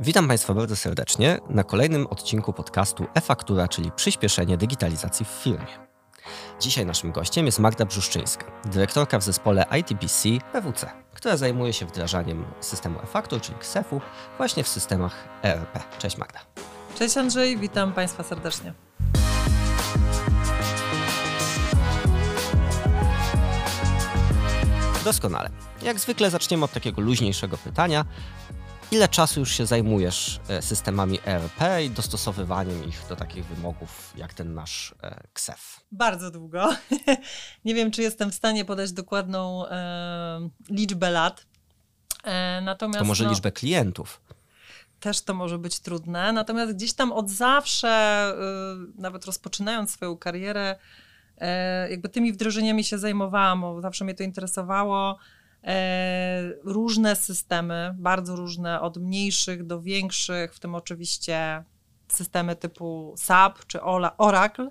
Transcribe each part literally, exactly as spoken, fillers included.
Witam Państwa bardzo serdecznie na kolejnym odcinku podcastu e-faktura, czyli przyspieszenie digitalizacji w firmie. Dzisiaj naszym gościem jest Magda Brzószczyńska, dyrektorka w zespole I T B C P W C, która zajmuje się wdrażaniem systemu e-faktur, czyli K S E F-u, właśnie w systemach E R P. Cześć Magda. Cześć Andrzej, witam Państwa serdecznie. Doskonale. Jak zwykle zaczniemy od takiego luźniejszego pytania. Ile czasu już się zajmujesz systemami E R P i dostosowywaniem ich do takich wymogów, jak ten nasz K S E F? Bardzo długo. Nie wiem, czy jestem w stanie podać dokładną e, liczbę lat. E, natomiast, to może no, liczbę klientów. Też to może być trudne. Natomiast gdzieś tam od zawsze, e, nawet rozpoczynając swoją karierę, e, jakby tymi wdrożeniami się zajmowałam, bo zawsze mnie to interesowało. E, różne systemy, bardzo różne, od mniejszych do większych, w tym oczywiście systemy typu S A P czy Oracle.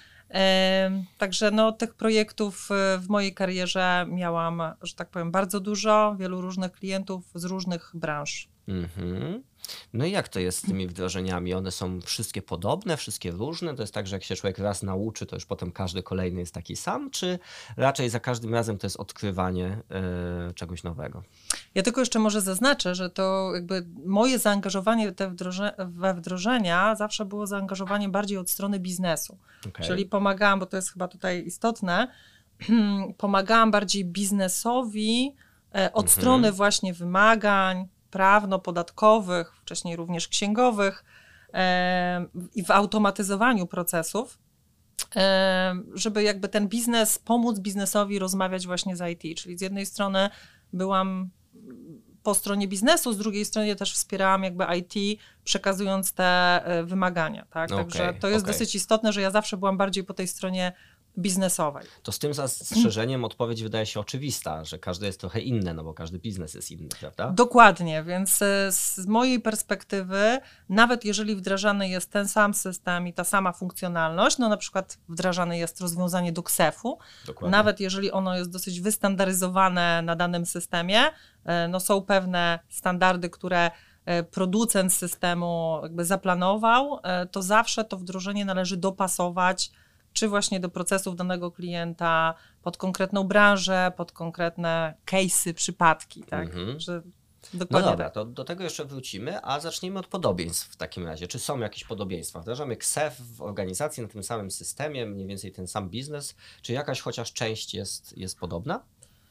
E, także no, tych projektów w mojej karierze miałam, że tak powiem, bardzo dużo, wielu różnych klientów z różnych branż. Mhm. No i jak to jest z tymi wdrożeniami? One są wszystkie podobne, wszystkie różne? To jest tak, że jak się człowiek raz nauczy, to już potem każdy kolejny jest taki sam? Czy raczej za każdym razem to jest odkrywanie yy, czegoś nowego? Ja tylko jeszcze może zaznaczę, że to jakby moje zaangażowanie te wdroże we wdrożenia zawsze było zaangażowanie bardziej od strony biznesu. Okay. Czyli pomagałam, bo to jest chyba tutaj istotne, pomagałam bardziej biznesowi e, od mhm. strony właśnie wymagań prawno-podatkowych, wcześniej również księgowych e, i w automatyzowaniu procesów, e, żeby jakby ten biznes, pomóc biznesowi rozmawiać właśnie z I T. Czyli z jednej strony byłam po stronie biznesu, z drugiej strony też wspierałam jakby I T, przekazując te wymagania. Tak? Okay, Także to jest okay. dosyć istotne, że ja zawsze byłam bardziej po tej stronie biznesowej. To z tym zastrzeżeniem odpowiedź wydaje się oczywista, że każde jest trochę inne, no bo każdy biznes jest inny, prawda? Dokładnie, więc z mojej perspektywy, nawet jeżeli wdrażany jest ten sam system i ta sama funkcjonalność, no na przykład wdrażane jest rozwiązanie do K S E F-u, Dokładnie. Nawet jeżeli ono jest dosyć wystandaryzowane na danym systemie, no są pewne standardy, które producent systemu jakby zaplanował, to zawsze to wdrożenie należy dopasować czy właśnie do procesów danego klienta, pod konkretną branżę, pod konkretne case'y, przypadki. Tak? Mhm. Że no dobra, to do tego jeszcze wrócimy, a zacznijmy od podobieństw w takim razie. Czy są jakieś podobieństwa? Wdrażamy K S E F w organizacji na tym samym systemie, mniej więcej ten sam biznes. Czy jakaś chociaż część jest, jest podobna?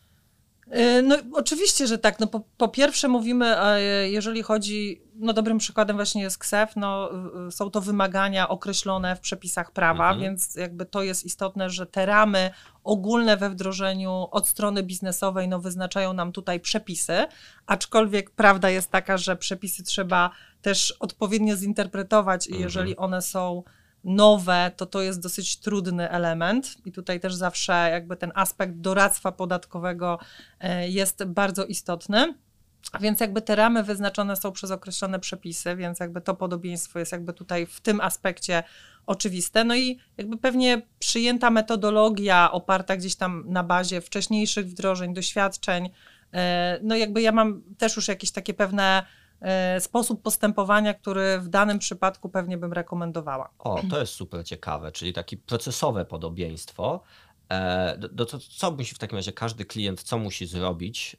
No oczywiście, że tak. No, po, po pierwsze mówimy, jeżeli chodzi, no dobrym przykładem właśnie jest K S E F, no są to wymagania określone w przepisach prawa, mhm. więc jakby to jest istotne, że te ramy ogólne we wdrożeniu od strony biznesowej no wyznaczają nam tutaj przepisy, aczkolwiek prawda jest taka, że przepisy trzeba też odpowiednio zinterpretować i mhm. jeżeli one są nowe, to to jest dosyć trudny element i tutaj też zawsze jakby ten aspekt doradztwa podatkowego jest bardzo istotny, więc jakby te ramy wyznaczone są przez określone przepisy, więc jakby to podobieństwo jest jakby tutaj w tym aspekcie oczywiste. No i jakby pewnie przyjęta metodologia oparta gdzieś tam na bazie wcześniejszych wdrożeń, doświadczeń, no jakby ja mam też już jakieś takie pewne sposób postępowania, który w danym przypadku pewnie bym rekomendowała. O, to jest super ciekawe, czyli takie procesowe podobieństwo. E, do, do, to, co musi w takim razie każdy klient, co musi zrobić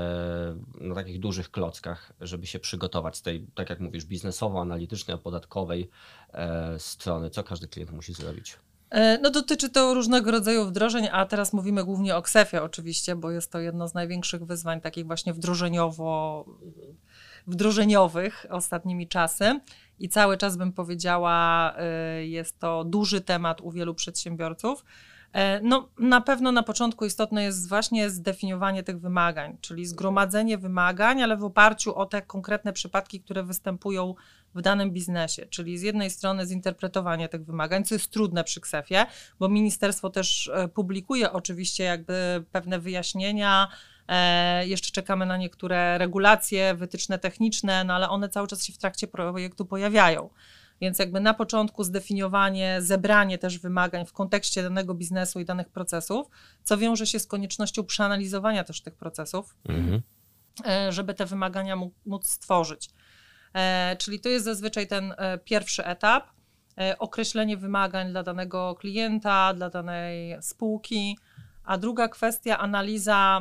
e, na takich dużych klockach, żeby się przygotować z tej, tak jak mówisz, biznesowo-analitycznej, opodatkowej e, strony? Co każdy klient musi zrobić? No dotyczy to różnego rodzaju wdrożeń, a teraz mówimy głównie o K S E F-ie oczywiście, bo jest to jedno z największych wyzwań takich właśnie wdrożeniowo wdrożeniowych ostatnimi czasy i cały czas bym powiedziała, jest to duży temat u wielu przedsiębiorców. No, na pewno na początku istotne jest właśnie zdefiniowanie tych wymagań, czyli zgromadzenie wymagań, ale w oparciu o te konkretne przypadki, które występują w danym biznesie, czyli z jednej strony zinterpretowanie tych wymagań, co jest trudne przy K S E F-ie, bo ministerstwo też publikuje oczywiście jakby pewne wyjaśnienia, e, jeszcze czekamy na niektóre regulacje, wytyczne techniczne, no ale one cały czas się w trakcie projektu pojawiają. Więc jakby na początku zdefiniowanie, zebranie też wymagań w kontekście danego biznesu i danych procesów, co wiąże się z koniecznością przeanalizowania też tych procesów, mhm. żeby te wymagania móc stworzyć. Czyli to jest zazwyczaj ten pierwszy etap, określenie wymagań dla danego klienta, dla danej spółki, a druga kwestia analiza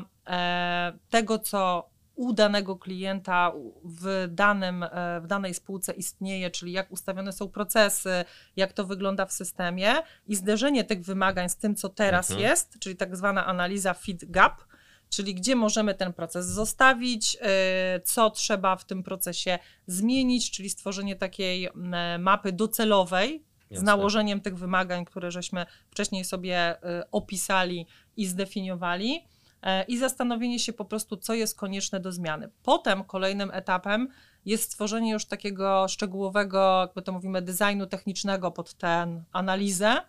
tego, co u danego klienta w, danym, w danej spółce istnieje, czyli jak ustawione są procesy, jak to wygląda w systemie i zderzenie tych wymagań z tym, co teraz mhm. jest, czyli tak zwana analiza fit gap, czyli gdzie możemy ten proces zostawić, co trzeba w tym procesie zmienić, czyli stworzenie takiej mapy docelowej, Jasne. z nałożeniem tych wymagań, które żeśmy wcześniej sobie opisali i zdefiniowali. I zastanowienie się po prostu, co jest konieczne do zmiany. Potem kolejnym etapem jest stworzenie już takiego szczegółowego, jakby to mówimy, designu technicznego pod tę analizę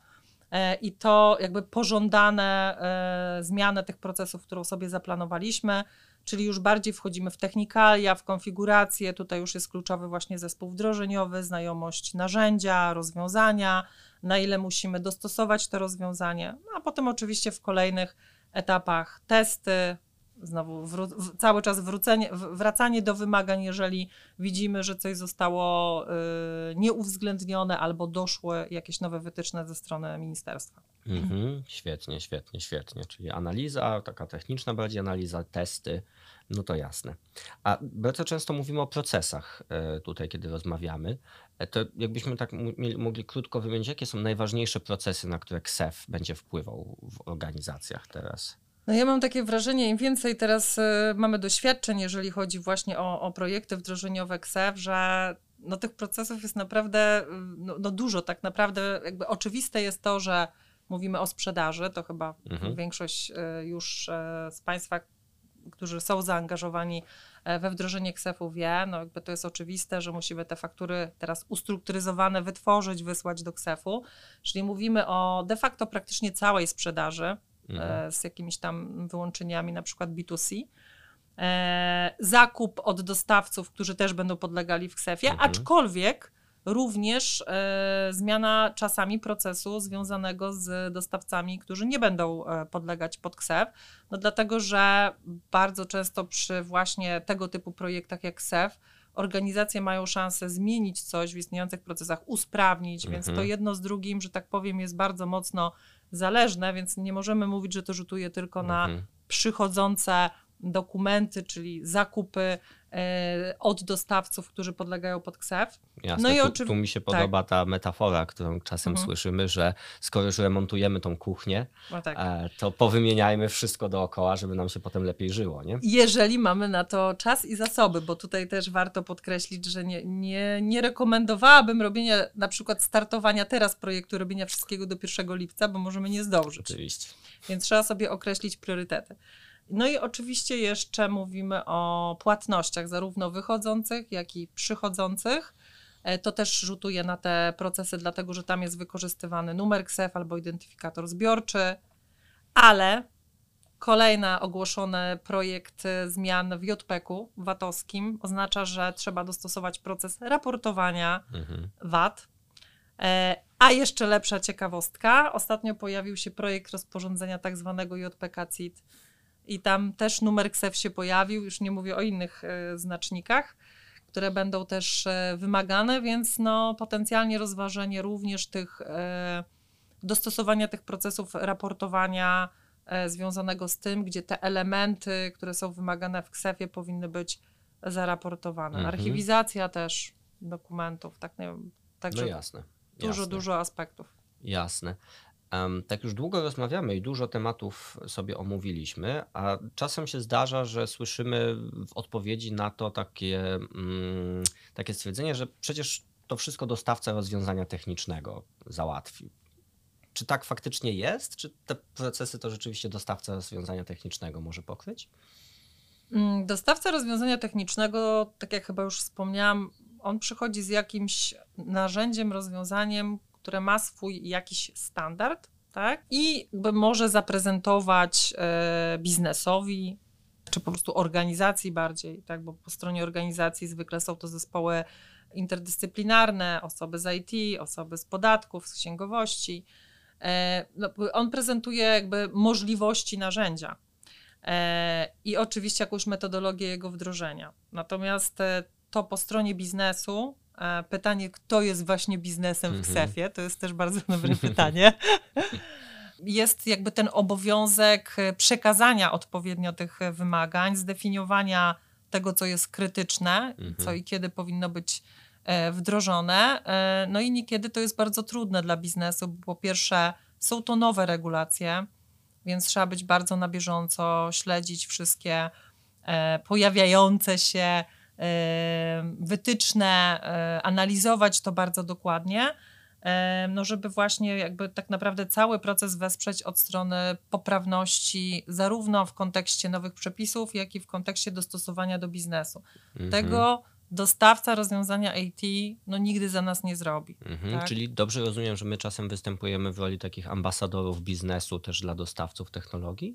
i to jakby pożądane zmiany tych procesów, którą sobie zaplanowaliśmy, czyli już bardziej wchodzimy w technikalia, w konfigurację. Tutaj już jest kluczowy właśnie zespół wdrożeniowy, znajomość narzędzia, rozwiązania, na ile musimy dostosować to rozwiązanie, no a potem oczywiście w kolejnych etapach testy, znowu wró- cały czas wrócenie, wracanie do wymagań, jeżeli widzimy, że coś zostało y, nieuwzględnione albo doszły jakieś nowe wytyczne ze strony ministerstwa. Mhm, świetnie, świetnie, świetnie. Czyli analiza, taka techniczna bardziej analiza, testy, no to jasne. A bardzo często mówimy o procesach e, tutaj, kiedy rozmawiamy. E, To jakbyśmy tak mu- mieli- mogli krótko wymienić, jakie są najważniejsze procesy, na które K S E F będzie wpływał w organizacjach teraz? No ja mam takie wrażenie, im więcej teraz y, mamy doświadczeń, jeżeli chodzi właśnie o, o projekty wdrożeniowe K S E F, że no, tych procesów jest naprawdę y, no, no dużo. Tak naprawdę jakby oczywiste jest to, że mówimy o sprzedaży, to chyba Mhm. większość y, już y, z Państwa, którzy są zaangażowani e, we wdrożenie K S E F-u wie, no jakby to jest oczywiste, że musimy te faktury teraz ustrukturyzowane wytworzyć, wysłać do K S E F-u, czyli mówimy o de facto praktycznie całej sprzedaży, Mhm. e, z jakimiś tam wyłączeniami, na przykład B dwa C. E, zakup od dostawców, którzy też będą podlegali w K S E F-ie, Mhm. aczkolwiek również e, zmiana czasami procesu związanego z dostawcami, którzy nie będą e, podlegać pod K S E F, no dlatego, że bardzo często przy właśnie tego typu projektach jak K S E F organizacje mają szansę zmienić coś w istniejących procesach, usprawnić, Mhm. więc to jedno z drugim, że tak powiem, jest bardzo mocno zależne, więc nie możemy mówić, że to rzutuje tylko na Mhm. przychodzące dokumenty, czyli zakupy e, od dostawców, którzy podlegają pod K S E F. Jasne, No i tu, oczyw- tu mi się tak. podoba ta metafora, którą czasem Mhm. słyszymy, że skoro już remontujemy tą kuchnię, No tak. e, to powymieniajmy wszystko dookoła, żeby nam się potem lepiej żyło, nie? Jeżeli mamy na to czas i zasoby, bo tutaj też warto podkreślić, że nie, nie, nie rekomendowałabym robienia, na przykład startowania teraz projektu, robienia wszystkiego do pierwszego lipca, bo możemy nie zdążyć. Oczywiście. Więc trzeba sobie określić priorytety. No i oczywiście jeszcze mówimy o płatnościach, zarówno wychodzących, jak i przychodzących. E, To też rzutuje na te procesy, dlatego że tam jest wykorzystywany numer K S E F albo identyfikator zbiorczy, ale kolejny ogłoszony projekt e, zmian w J P K-u vatowskim oznacza, że trzeba dostosować proces raportowania Mhm. V A T. E, A jeszcze lepsza ciekawostka, ostatnio pojawił się projekt rozporządzenia tak zwanego J P K C I T i tam też numer K S E F się pojawił, już nie mówię o innych e, znacznikach, które będą też e, wymagane, więc no, potencjalnie rozważenie również tych, e, dostosowania tych procesów raportowania e, związanego z tym, gdzie te elementy, które są wymagane w K S E F-ie powinny być zaraportowane. Mhm. Archiwizacja też dokumentów, tak nie wiem, także No jasne. dużo, jasne. dużo aspektów. Jasne. Em, tak już długo rozmawiamy i dużo tematów sobie omówiliśmy, a czasem się zdarza, że słyszymy w odpowiedzi na to takie, mm, takie stwierdzenie, że przecież to wszystko dostawca rozwiązania technicznego załatwi. Czy tak faktycznie jest? Czy te procesy to rzeczywiście dostawca rozwiązania technicznego może pokryć? Mm, Dostawca rozwiązania technicznego, tak jak chyba już wspomniałam, on przychodzi z jakimś narzędziem, rozwiązaniem, które ma swój jakiś standard, tak? I jakby może zaprezentować e, biznesowi, czy po prostu organizacji bardziej, tak? Bo po stronie organizacji zwykle są to zespoły interdyscyplinarne, osoby z I T, osoby z podatków, z księgowości. E, no, on prezentuje jakby możliwości narzędzia. E, I oczywiście jakąś metodologię jego wdrożenia. Natomiast e, to po stronie biznesu, e, pytanie, kto jest właśnie biznesem w Mhm. ksefie, to jest też bardzo dobre pytanie. Jest jakby ten obowiązek przekazania odpowiednio tych wymagań, zdefiniowania tego, co jest krytyczne, Mhm. co i kiedy powinno być e, wdrożone. E, no i niekiedy to jest bardzo trudne dla biznesu, bo po pierwsze są to nowe regulacje, więc trzeba być bardzo na bieżąco, śledzić wszystkie e, pojawiające się e, wytyczne, e, analizować to bardzo dokładnie, e, no żeby właśnie jakby tak naprawdę cały proces wesprzeć od strony poprawności, zarówno w kontekście nowych przepisów, jak i w kontekście dostosowania do biznesu. Mhm. Tego dostawca rozwiązania I T no nigdy za nas nie zrobi. Mhm. Tak? Czyli dobrze rozumiem, że my czasem występujemy w roli takich ambasadorów biznesu też dla dostawców technologii?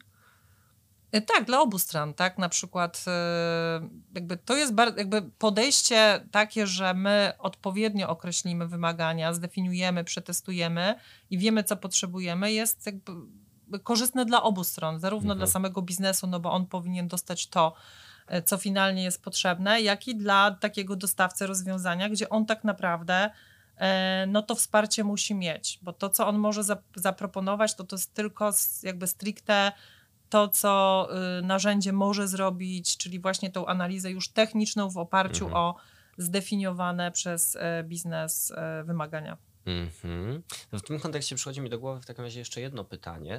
E, Tak, dla obu stron, tak, na przykład e, jakby to jest bar- jakby podejście takie, że my odpowiednio określimy wymagania, zdefiniujemy, przetestujemy i wiemy, co potrzebujemy, jest jakby korzystne dla obu stron, zarówno Mhm. dla samego biznesu, no bo on powinien dostać to, e, co finalnie jest potrzebne, jak i dla takiego dostawcy rozwiązania, gdzie on tak naprawdę e, no to wsparcie musi mieć, bo to, co on może zap- zaproponować, to to jest tylko s- jakby stricte to, co y, narzędzie może zrobić, czyli właśnie tą analizę już techniczną w oparciu Mhm. o zdefiniowane przez e, biznes e, wymagania. Mhm. No w tym kontekście przychodzi mi do głowy w takim razie jeszcze jedno pytanie.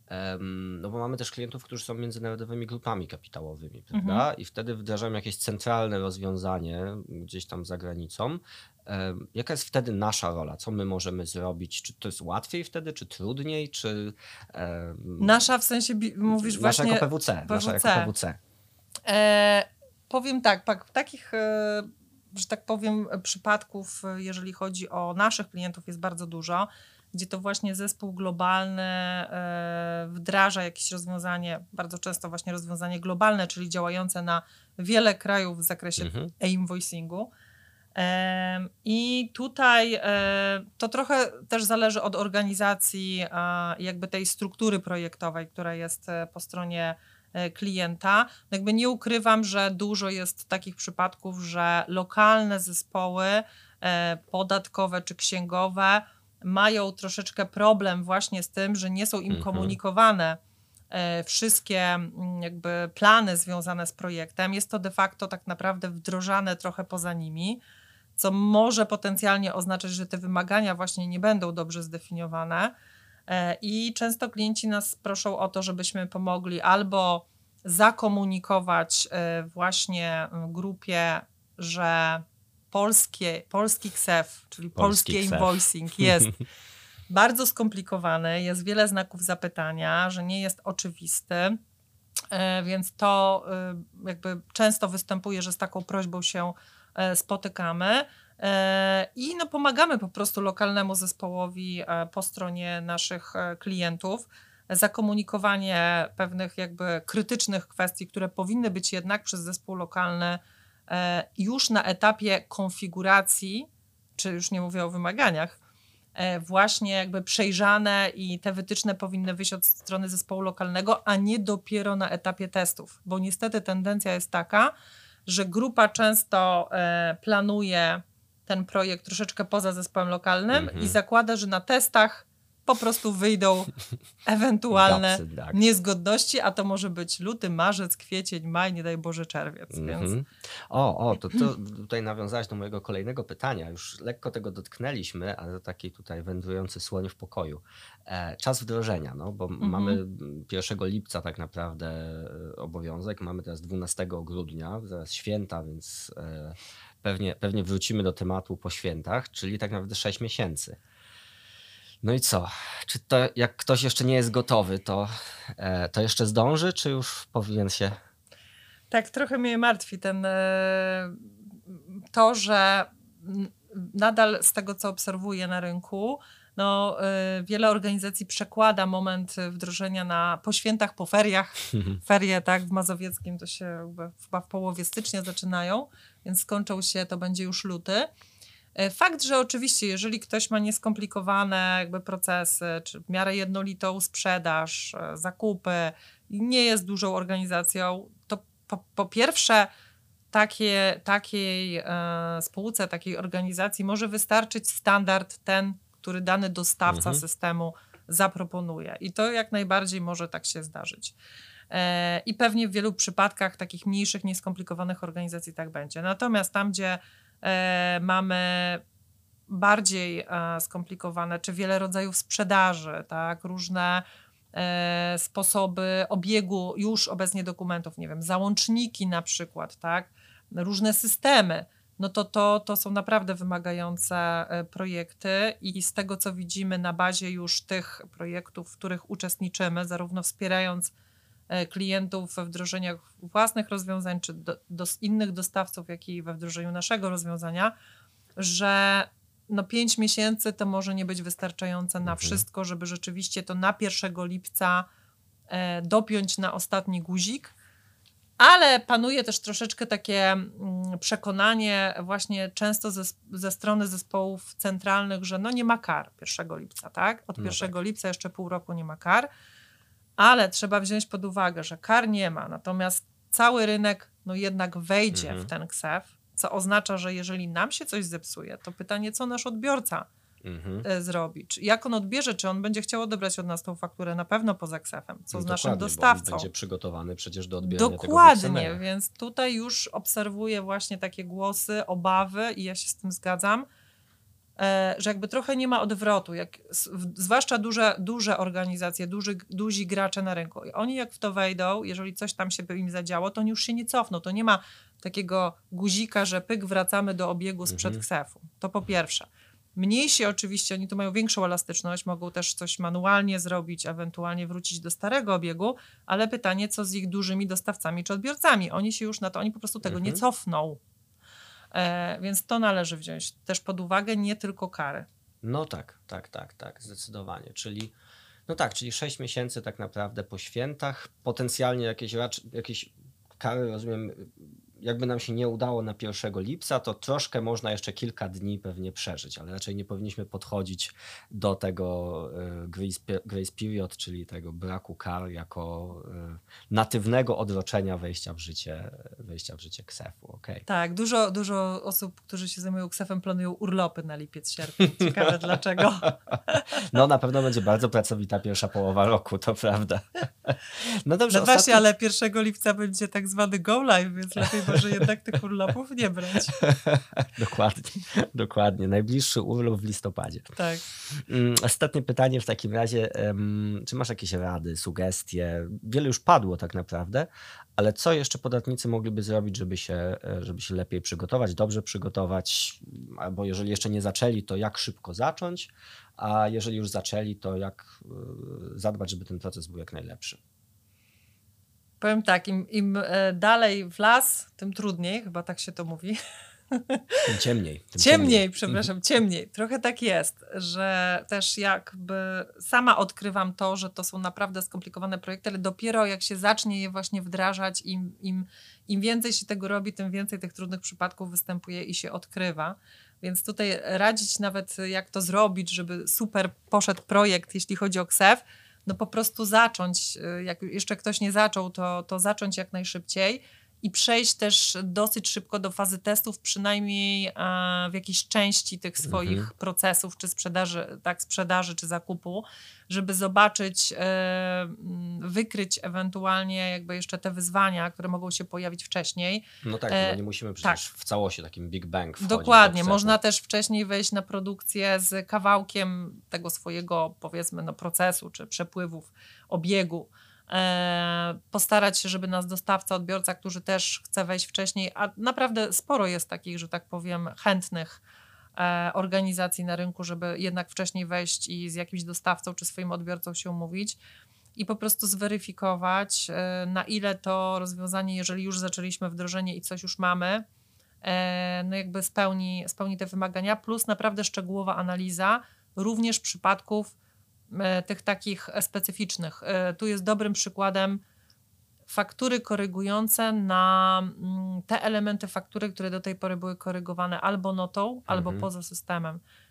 Em, No bo mamy też klientów, którzy są międzynarodowymi grupami kapitałowymi, prawda? Mhm. I wtedy wdrażają jakieś centralne rozwiązanie gdzieś tam za granicą. Em, Jaka jest wtedy nasza rola? Co my możemy zrobić? Czy to jest łatwiej wtedy, czy trudniej? Czy em, Nasza w sensie, bi- mówisz nasza właśnie jako P W C? Nasza jako P W C. P W C. E, powiem tak, pak- takich, e, że tak powiem, przypadków, e, jeżeli chodzi o naszych klientów, jest bardzo dużo, gdzie to właśnie zespół globalny e, wdraża jakieś rozwiązanie, bardzo często właśnie rozwiązanie globalne, czyli działające na wiele krajów w zakresie Mhm. e-invoicingu. Em, I tutaj e, to trochę też zależy od organizacji, a, jakby tej struktury projektowej, która jest e, po stronie e, klienta. No jakby nie ukrywam, że dużo jest takich przypadków, że lokalne zespoły e, podatkowe czy księgowe mają troszeczkę problem właśnie z tym, że nie są im Mhm. komunikowane e, wszystkie mm, jakby plany związane z projektem. Jest to de facto tak naprawdę wdrożane trochę poza nimi, co może potencjalnie oznaczać, że te wymagania właśnie nie będą dobrze zdefiniowane. E, I często klienci nas proszą o to, żebyśmy pomogli albo zakomunikować e, właśnie m, grupie, że polskie, polski ksef, czyli Polski polski ksef. invoicing jest bardzo skomplikowany, jest wiele znaków zapytania, że nie jest oczywisty, e, więc to e, jakby często występuje, że z taką prośbą się e, spotykamy e, i no pomagamy po prostu lokalnemu zespołowi e, po stronie naszych e, klientów. Zakomunikowanie pewnych jakby krytycznych kwestii, które powinny być jednak przez zespół lokalny e, już na etapie konfiguracji, czy już nie mówię o wymaganiach, e, właśnie jakby przejrzane i te wytyczne powinny wyjść od strony zespołu lokalnego, a nie dopiero na etapie testów, bo niestety tendencja jest taka, że grupa często e, planuje ten projekt troszeczkę poza zespołem lokalnym Mhm. i zakłada, że na testach po prostu wyjdą ewentualne Gapsy, tak. niezgodności, a to może być luty, marzec, kwiecień, maj, nie daj Boże czerwiec, więc Mhm. O, o, to, to tutaj nawiązałeś do mojego kolejnego pytania. Już lekko tego dotknęliśmy, ale taki tutaj wędrujący słoń w pokoju. E, czas wdrożenia, no bo Mhm. mamy pierwszego lipca tak naprawdę e, obowiązek, mamy teraz dwunastego grudnia, zaraz święta, więc e, pewnie, pewnie wrócimy do tematu po świętach, czyli tak naprawdę sześć miesięcy. No i co? Czy to jak ktoś jeszcze nie jest gotowy, to, e, to jeszcze zdąży, czy już powinien się... tak trochę mnie martwi ten, e, to, że n- nadal z tego, co obserwuję na rynku, no, e, wiele organizacji przekłada moment wdrożenia na po świętach, po feriach. Ferie, tak, w Mazowieckim to się jakby chyba w połowie stycznia zaczynają, więc skończą się, to będzie już luty. E, Fakt, że oczywiście, jeżeli ktoś ma nieskomplikowane jakby procesy, czy w miarę jednolitą sprzedaż, e, zakupy i nie jest dużą organizacją, to po, po pierwsze takie, takiej e, spółce, takiej organizacji może wystarczyć standard ten, który dany dostawca Mhm. systemu zaproponuje. I to jak najbardziej może tak się zdarzyć. E, I pewnie w wielu przypadkach takich mniejszych, nieskomplikowanych organizacji tak będzie. Natomiast tam, gdzie e, mamy bardziej e, skomplikowane, czy wiele rodzajów sprzedaży, tak, różne e, sposoby obiegu już obecnie dokumentów, nie wiem, załączniki na przykład, tak, różne systemy, no to, to to są naprawdę wymagające e, projekty i z tego, co widzimy na bazie już tych projektów, w których uczestniczymy, zarówno wspierając e, klientów we wdrożeniach własnych rozwiązań, czy do, do innych dostawców, jak i we wdrożeniu naszego rozwiązania, że no pięć miesięcy to może nie być wystarczające na Mhm. wszystko, żeby rzeczywiście to na pierwszego lipca e, dopiąć na ostatni guzik, ale panuje też troszeczkę takie mm, przekonanie właśnie często ze, ze strony zespołów centralnych, że no nie ma kar pierwszego lipca, tak? Od No pierwszego lipca jeszcze pół roku nie ma kar, ale trzeba wziąć pod uwagę, że kar nie ma, natomiast cały rynek no jednak wejdzie Mhm. w ten ksef, co oznacza, że jeżeli nam się coś zepsuje, to pytanie, co nasz odbiorca Mhm. e, zrobi. Czy, jak on odbierze, czy on będzie chciał odebrać od nas tą fakturę na pewno poza ksefem, co z No naszym dokładnie, bo on dostawcą. będzie przygotowany przecież do odbierania tego Dokładnie, wyksela. więc tutaj już obserwuję właśnie takie głosy, obawy i ja się z tym zgadzam, e, że jakby trochę nie ma odwrotu, jak, s- w, zwłaszcza duże, duże organizacje, duży, duzi gracze na rynku. I oni jak w to wejdą, jeżeli coś tam się by im zadziało, to oni już się nie cofną. To nie ma takiego guzika, że pyk, wracamy do obiegu sprzed Mhm. ksefu. To po pierwsze. Mniejsi oczywiście, oni tu mają większą elastyczność, mogą też coś manualnie zrobić, ewentualnie wrócić do starego obiegu, ale pytanie, co z ich dużymi dostawcami czy odbiorcami? Oni się już na to, oni po prostu tego Mhm. nie cofną. E, więc to należy wziąć też pod uwagę, nie tylko kary. No tak, tak, tak, tak, zdecydowanie. Czyli, no tak, czyli sześć miesięcy tak naprawdę po świętach, potencjalnie jakieś, racz- jakieś kary, rozumiem, jakby nam się nie udało na pierwszego lipca, to troszkę można jeszcze kilka dni pewnie przeżyć, ale raczej nie powinniśmy podchodzić do tego e, grace, pe- grace period, czyli tego braku kar jako e, natywnego odroczenia wejścia w życie, wejścia w życie ksefu. Okej. Tak, dużo, dużo osób, którzy się zajmują ksefem, planują urlopy na lipiec, sierpień. Ciekawe dlaczego. No na pewno będzie bardzo pracowita pierwsza połowa roku, to prawda. No dobrze, No właśnie, ostatni... ale pierwszego lipca będzie tak zwany go live, więc lepiej może jednak tych urlopów nie brać. Dokładnie, dokładnie. Najbliższy urlop w listopadzie. Tak. Mm, Ostatnie pytanie w takim razie. em, Czy masz jakieś rady, sugestie? Wiele już padło tak naprawdę, ale co jeszcze podatnicy mogliby zrobić, żeby się, e, żeby się lepiej przygotować, dobrze przygotować? Albo jeżeli jeszcze nie zaczęli, to jak szybko zacząć? A jeżeli już zaczęli, to jak e, zadbać, żeby ten proces był jak najlepszy? Powiem tak, im, im e, dalej w las, tym trudniej, chyba tak się to mówi. Tym ciemniej. Tym Ciemniej, przepraszam, ciemniej. Trochę tak jest, że też jakby sama odkrywam to, że to są naprawdę skomplikowane projekty, ale dopiero jak się zacznie je właśnie wdrażać, im, im, im więcej się tego robi, tym więcej tych trudnych przypadków występuje i się odkrywa. Więc tutaj radzić nawet jak to zrobić, żeby super poszedł projekt, jeśli chodzi o ksef, no po prostu zacząć, jak jeszcze ktoś nie zaczął, to, to zacząć jak najszybciej i przejść też dosyć szybko do fazy testów, przynajmniej e, w jakiejś części tych swoich Mhm. procesów, czy sprzedaży, tak, sprzedaży, czy zakupu, żeby zobaczyć, e, m, wykryć ewentualnie jakby jeszcze te wyzwania, które mogą się pojawić wcześniej. No tak, E, no nie musimy przecież w całości takim Big Bang wchodzić. Dokładnie, do ksefu. można też wcześniej wejść na produkcję z kawałkiem tego swojego, powiedzmy, no, procesu czy przepływów, obiegu. E, postarać się, żeby nas dostawca, odbiorca, który też chce wejść wcześniej, a naprawdę sporo jest takich, że tak powiem, chętnych e, organizacji na rynku, żeby jednak wcześniej wejść i z jakimś dostawcą czy swoim odbiorcą się umówić i po prostu zweryfikować, e, na ile to rozwiązanie, jeżeli już zaczęliśmy wdrożenie i coś już mamy, e, no jakby spełni, spełni te wymagania, plus naprawdę szczegółowa analiza również przypadków e, tych takich specyficznych. E, tu jest dobrym przykładem faktury korygujące na mm, te elementy faktury, które do tej pory były korygowane albo notą, albo Mhm. poza systemem.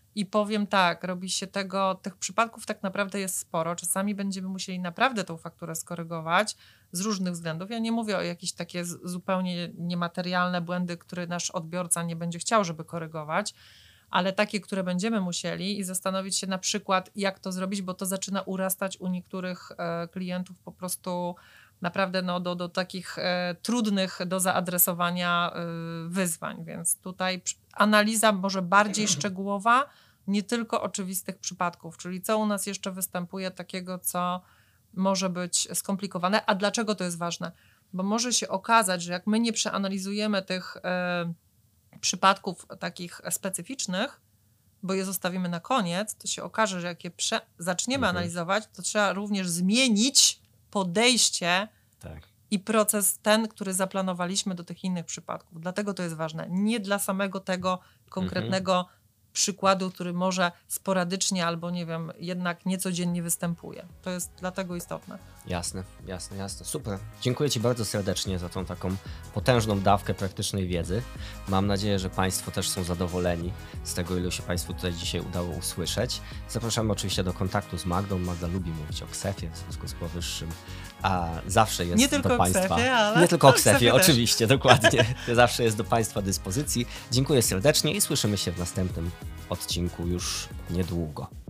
I powiem tak, robi się tego, tych przypadków tak naprawdę jest sporo. Czasami będziemy musieli naprawdę tą fakturę skorygować z różnych względów. Ja nie mówię o jakieś takie zupełnie niematerialne błędy, które nasz odbiorca nie będzie chciał, żeby korygować, ale takie, które będziemy musieli i zastanowić się na przykład, jak to zrobić, bo to zaczyna urastać u niektórych e, klientów po prostu naprawdę no, do, do takich e, trudnych do zaadresowania e, wyzwań, więc tutaj analiza może bardziej szczegółowa, nie tylko oczywistych przypadków, czyli co u nas jeszcze występuje takiego, co może być skomplikowane. A dlaczego to jest ważne? Bo może się okazać, że jak my nie przeanalizujemy tych e, przypadków takich specyficznych, bo je zostawimy na koniec, to się okaże, że jak je prze- zaczniemy mhm. analizować, to trzeba również zmienić podejście tak. i proces ten, który zaplanowaliśmy do tych innych przypadków. Dlatego to jest ważne. Nie dla samego tego konkretnego mhm. przykładu, który może sporadycznie albo nie wiem, jednak niecodziennie występuje. To jest dlatego istotne. Jasne, jasne, jasne. Super. Dziękuję Ci bardzo serdecznie za tą taką potężną dawkę praktycznej wiedzy. Mam nadzieję, że Państwo też są zadowoleni z tego, ile się Państwu tutaj dzisiaj udało usłyszeć. Zapraszamy oczywiście do kontaktu z Magdą. Magda lubi mówić o ksefie, w związku z powyższym, a zawsze jest nie tylko do o Państwa... Ksefie, ale... Nie tylko o ksefie, oczywiście, dokładnie. Zawsze jest do Państwa dyspozycji. Dziękuję serdecznie i słyszymy się w następnym odcinku już niedługo.